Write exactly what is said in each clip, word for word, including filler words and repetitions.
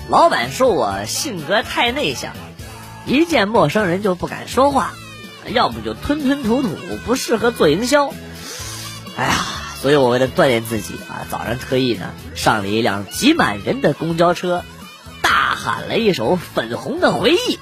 老板说我性格太内向，一见陌生人就不敢说话，要不就吞吞吐吐，不适合做营销。哎呀，所以我为了锻炼自己啊，早上特意呢上了一辆挤满人的公交车，大喊了一首《粉红的回忆》，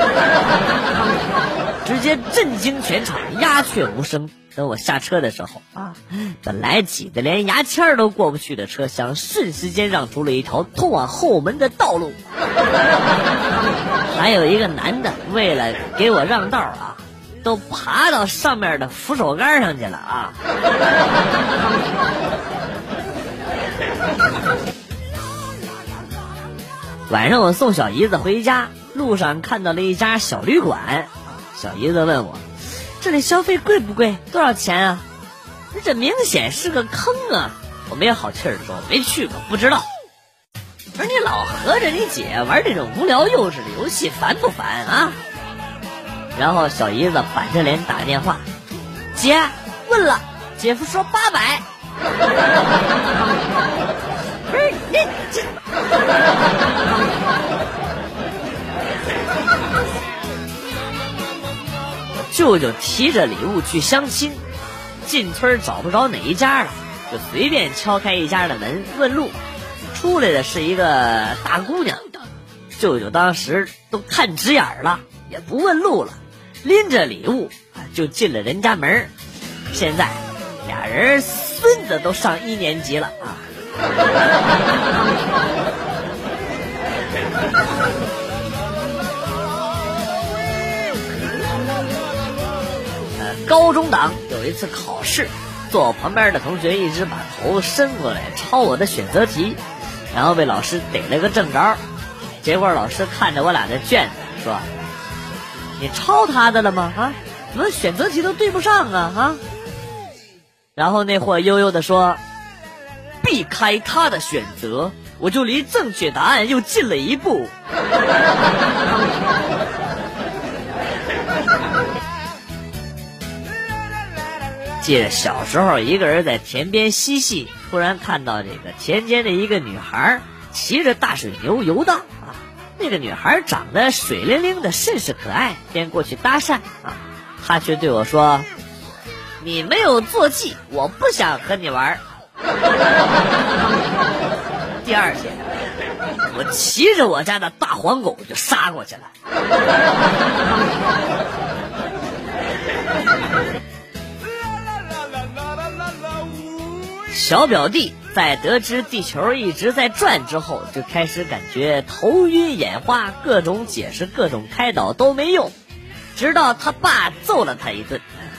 直接震惊全场，鸦雀无声。等我下车的时候啊，本来挤得连牙签都过不去的车厢，瞬时间让出了一条通往后门的道路。还有一个男的为了给我让道啊，都爬到上面的扶手杆上去了啊。晚上我送小姨子回家，路上看到了一家小旅馆，小姨子问我，这里消费贵不贵？多少钱啊？这明显是个坑啊！我没好气儿的说，没去过，不知道。我说你老合着你姐玩这种无聊幼稚的游戏，烦不烦啊？然后小姨子板着脸打电话，姐问了，姐夫说八百。不是你这。舅舅提着礼物去相亲，进村找不着哪一家了，就随便敲开一家的门问路，出来的是一个大姑娘。舅舅当时都看直眼了，也不问路了，拎着礼物就进了人家门。现在俩人孙子都上一年级了啊。高中党有一次考试，坐我旁边的同学一直把头伸过来抄我的选择题，然后被老师逮了个正着。结果老师看着我俩的卷子说，你抄他的了吗？啊，怎么选择题都对不上啊啊！然后那货悠悠地说，避开他的选择，我就离正确答案又近了一步。记得小时候一个人在田边嬉戏，突然看到这个田间的一个女孩骑着大水牛游荡啊，那个女孩长得水灵灵的，甚是可爱，便过去搭讪啊，她却对我说，你没有坐骑，我不想和你玩。第二天我骑着我家的大黄狗就杀过去了。小表弟在得知地球一直在转之后，就开始感觉头晕眼花，各种解释各种开导都没用，直到他爸揍了他一顿。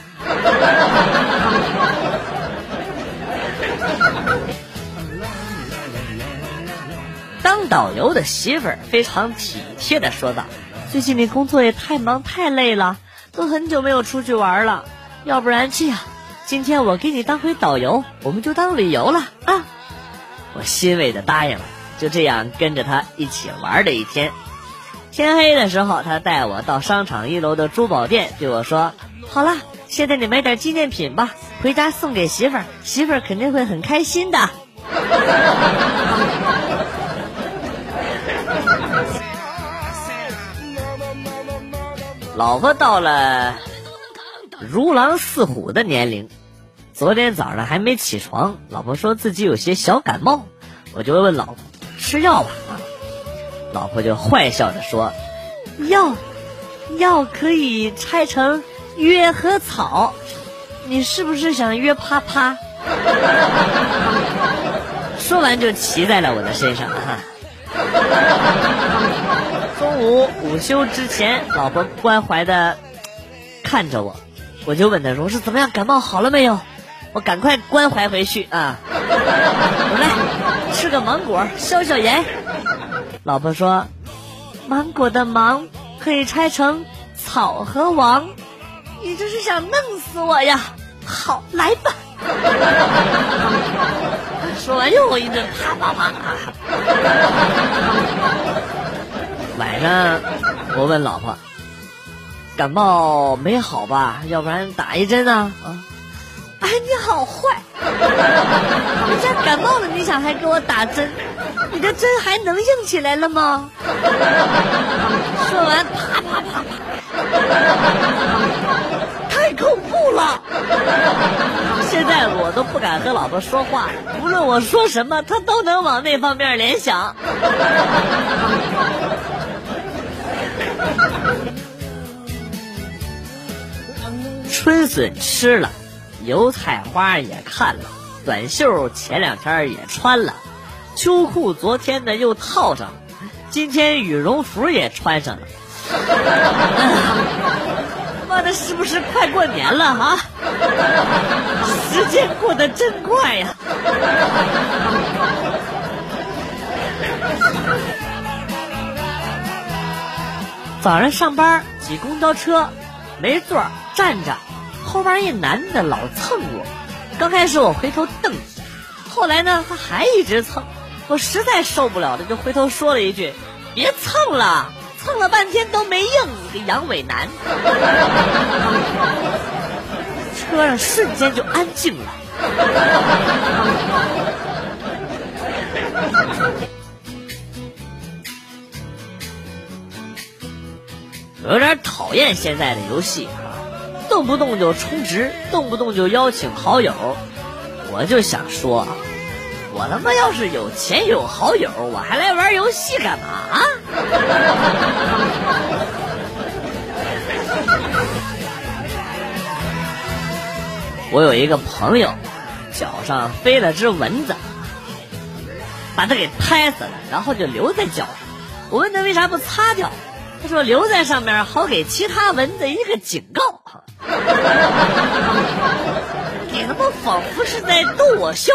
当导游的媳妇儿非常体贴地说道，最近你工作也太忙太累了，都很久没有出去玩了，要不然这样，今天我给你当回导游，我们就当旅游了啊！我欣慰地答应了，就这样跟着他一起玩了一天。天黑的时候，他带我到商场一楼的珠宝店，对我说，好了，现在你买点纪念品吧，回家送给媳妇儿，媳妇儿肯定会很开心的。老婆到了如狼似虎的年龄，昨天早上还没起床，老婆说自己有些小感冒，我就问老婆吃药吧啊，老婆就坏笑着说，药药可以拆成约和草，你是不是想约啪啪？说完就骑在了我的身上哈。中午午休之前，老婆关怀的看着我，我就问她说，是怎么样，感冒好了没有？我赶快关怀回去啊！我来吃个芒果消消炎。老婆说，芒果的芒可以拆成草和王，你这是想弄死我呀？好，来吧。说完又一顿啪啪啪。晚上我问老婆，感冒没好吧？要不然打一针啊？啊！哎，你好坏！人家感冒了，你想还给我打针？ 你的针还能硬起来了吗？说完，啪啪啪啪，太恐怖了！现在我都不敢和老婆说话，无论我说什么，她都能往那方面联想。春笋吃了，油菜花也看了，短袖前两天也穿了，秋裤昨天呢又套上了，今天羽绒服也穿上了。妈的，是不是快过年了啊？时间过得真快呀！早上上班挤公交车，没座站着，后边一男的老蹭我。刚开始我回头瞪，后来呢他还一直蹭，我实在受不了了，就回头说了一句：“别蹭了，蹭了半天都没硬，你个阳痿男。”车上瞬间就安静了。有点讨厌现在的游戏啊，动不动就充值，动不动就邀请好友。我就想说，我他妈要是有钱有好友，我还来玩游戏干嘛啊？我有一个朋友，脚上飞了只蚊子，把他给拍死了，然后就留在脚上。我问他为啥不擦掉，他说留在上面好给其他蚊子一个警告。你他妈仿佛是在逗我笑。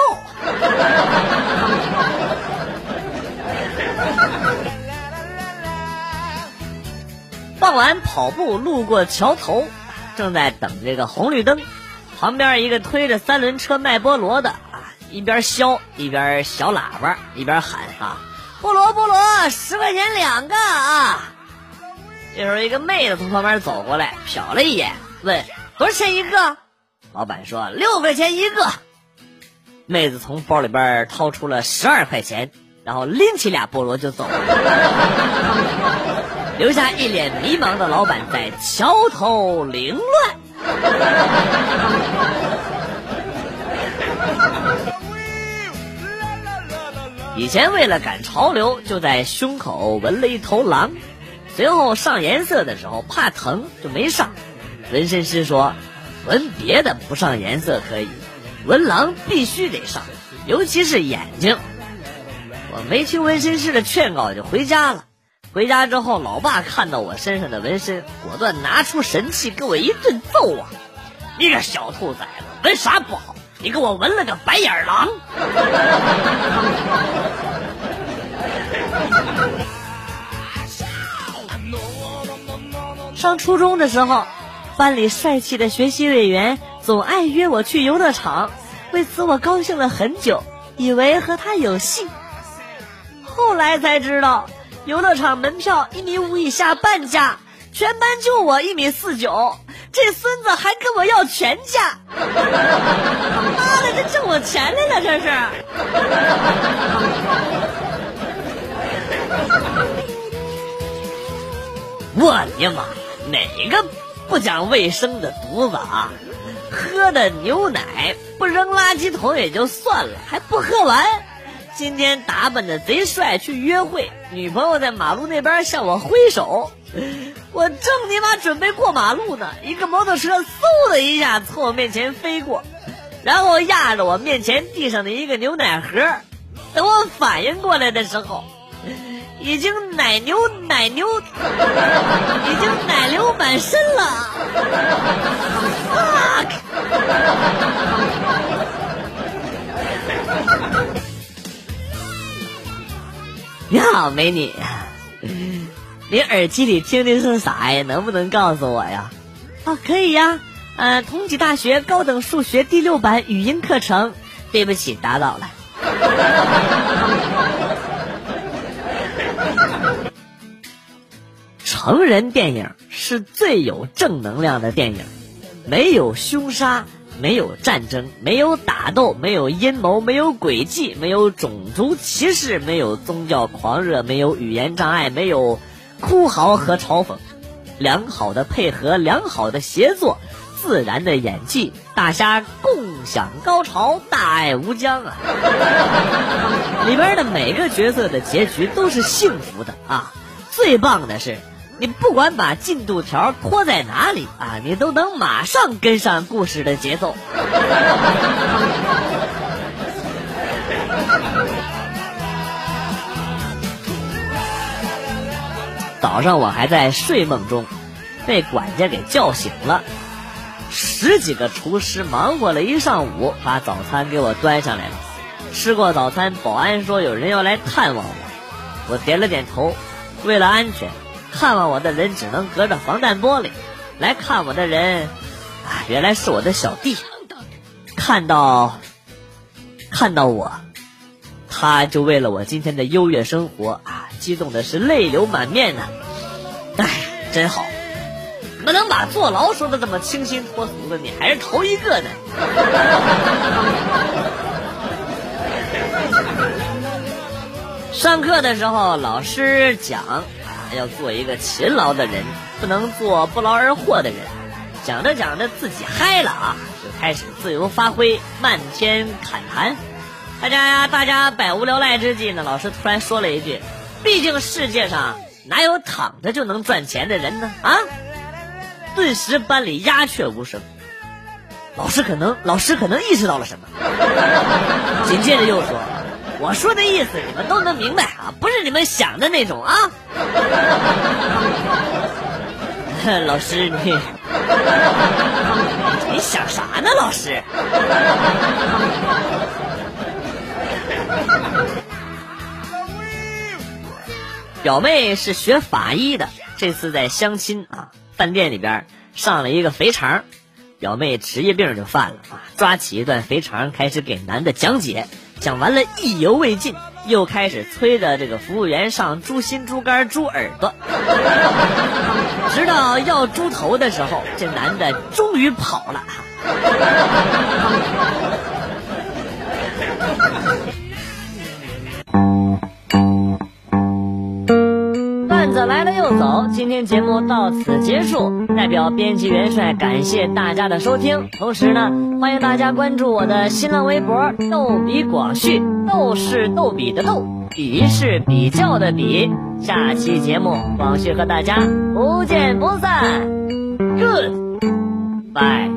傍晚跑步路过桥头，正在等这个红绿灯，旁边一个推着三轮车卖菠萝的啊，一边削一边小喇叭一边喊啊，菠萝菠萝十块钱两个啊！这时候一个妹子从旁边走过来，瞟了一眼，问多少钱一个？老板说六块钱一个。妹子从包里边掏出了十二块钱，然后拎起俩菠萝就走了，留下一脸迷茫的老板在桥头凌乱。以前为了赶潮流，就在胸口纹了一头狼，随后上颜色的时候怕疼就没上。纹身师说纹别的不上颜色可以，纹狼必须得上，尤其是眼睛。我没听纹身师的劝告就回家了。回家之后，老爸看到我身上的纹身，果断拿出神器给我一顿揍啊！你个小兔崽子，纹啥不好，你给我纹了个白眼狼！上初中的时候，班里帅气的学习委员总爱约我去游乐场，为此我高兴了很久，以为和他有戏。后来才知道，游乐场门票一米五以下半价，全班就我一米四九，这孙子还跟我要全价。妈的，这挣我钱来了，这是。我的妈，哪个不讲卫生的犊子啊！喝的牛奶不扔垃圾桶也就算了，还不喝完。今天打扮的贼帅去约会，女朋友在马路那边向我挥手，我正你妈准备过马路呢，一个摩托车嗖的一下从我面前飞过，然后压着我面前地上的一个牛奶盒。等我反应过来的时候，已经奶牛奶牛已经奶流满身了。fuck。 你好，美女，你耳机里听的是啥呀？能不能告诉我呀？哦，可以呀，呃，同济大学高等数学第六版语音课程。对不起，打扰了。成人电影是最有正能量的电影，没有凶杀， 没有战争，没有打斗，没有阴谋，没有诡计，没有种族歧视，没有宗教狂热，没有语言障碍，没有哭嚎和嘲讽，良好的配合，良好的协作，自然的演技，大家共享高潮，大爱无疆啊！里边的每个角色的结局都是幸福的啊！最棒的是，你不管把进度条拖在哪里啊，你都能马上跟上故事的节奏。早上我还在睡梦中，被管家给叫醒了。十几个厨师忙活了一上午，把早餐给我端上来了。吃过早餐，保安说有人要来探望我，我点了点头。为了安全，看望我的人只能隔着防弹玻璃。来看我的人啊，原来是我的小弟。看到看到我，他就为了我今天的优越生活啊，激动的是泪流满面呢。哎，真好，怎么能把坐牢说的这么清新脱俗的？你还是头一个呢。上课的时候，老师讲啊，要做一个勤劳的人，不能做不劳而获的人。讲着讲着自己嗨了啊，就开始自由发挥，漫天侃谈。大家呀，大家百无聊赖之际呢，老师突然说了一句：“毕竟世界上哪有躺着就能赚钱的人呢？”啊！顿时班里鸦雀无声。老师可能，老师可能意识到了什么，紧接着又说。我说的意思你们都能明白啊，不是你们想的那种啊。老师你你想啥呢？老师。表妹是学法医的，这次在相亲啊，饭店里边上了一个肥肠，表妹职业病就犯了啊，抓起一段肥肠开始给男的讲解。讲完了意犹未尽，又开始催着这个服务员上猪心、猪肝、猪耳朵，直到要猪头的时候，这男的终于跑了。段子来了又走，今天节目到此结束。代表编辑元帅感谢大家的收听，同时呢，欢迎大家关注我的新浪微博逗比广旭，逗是逗比的逗，比是比较的比。下期节目广旭和大家不见不散。 Goodbye。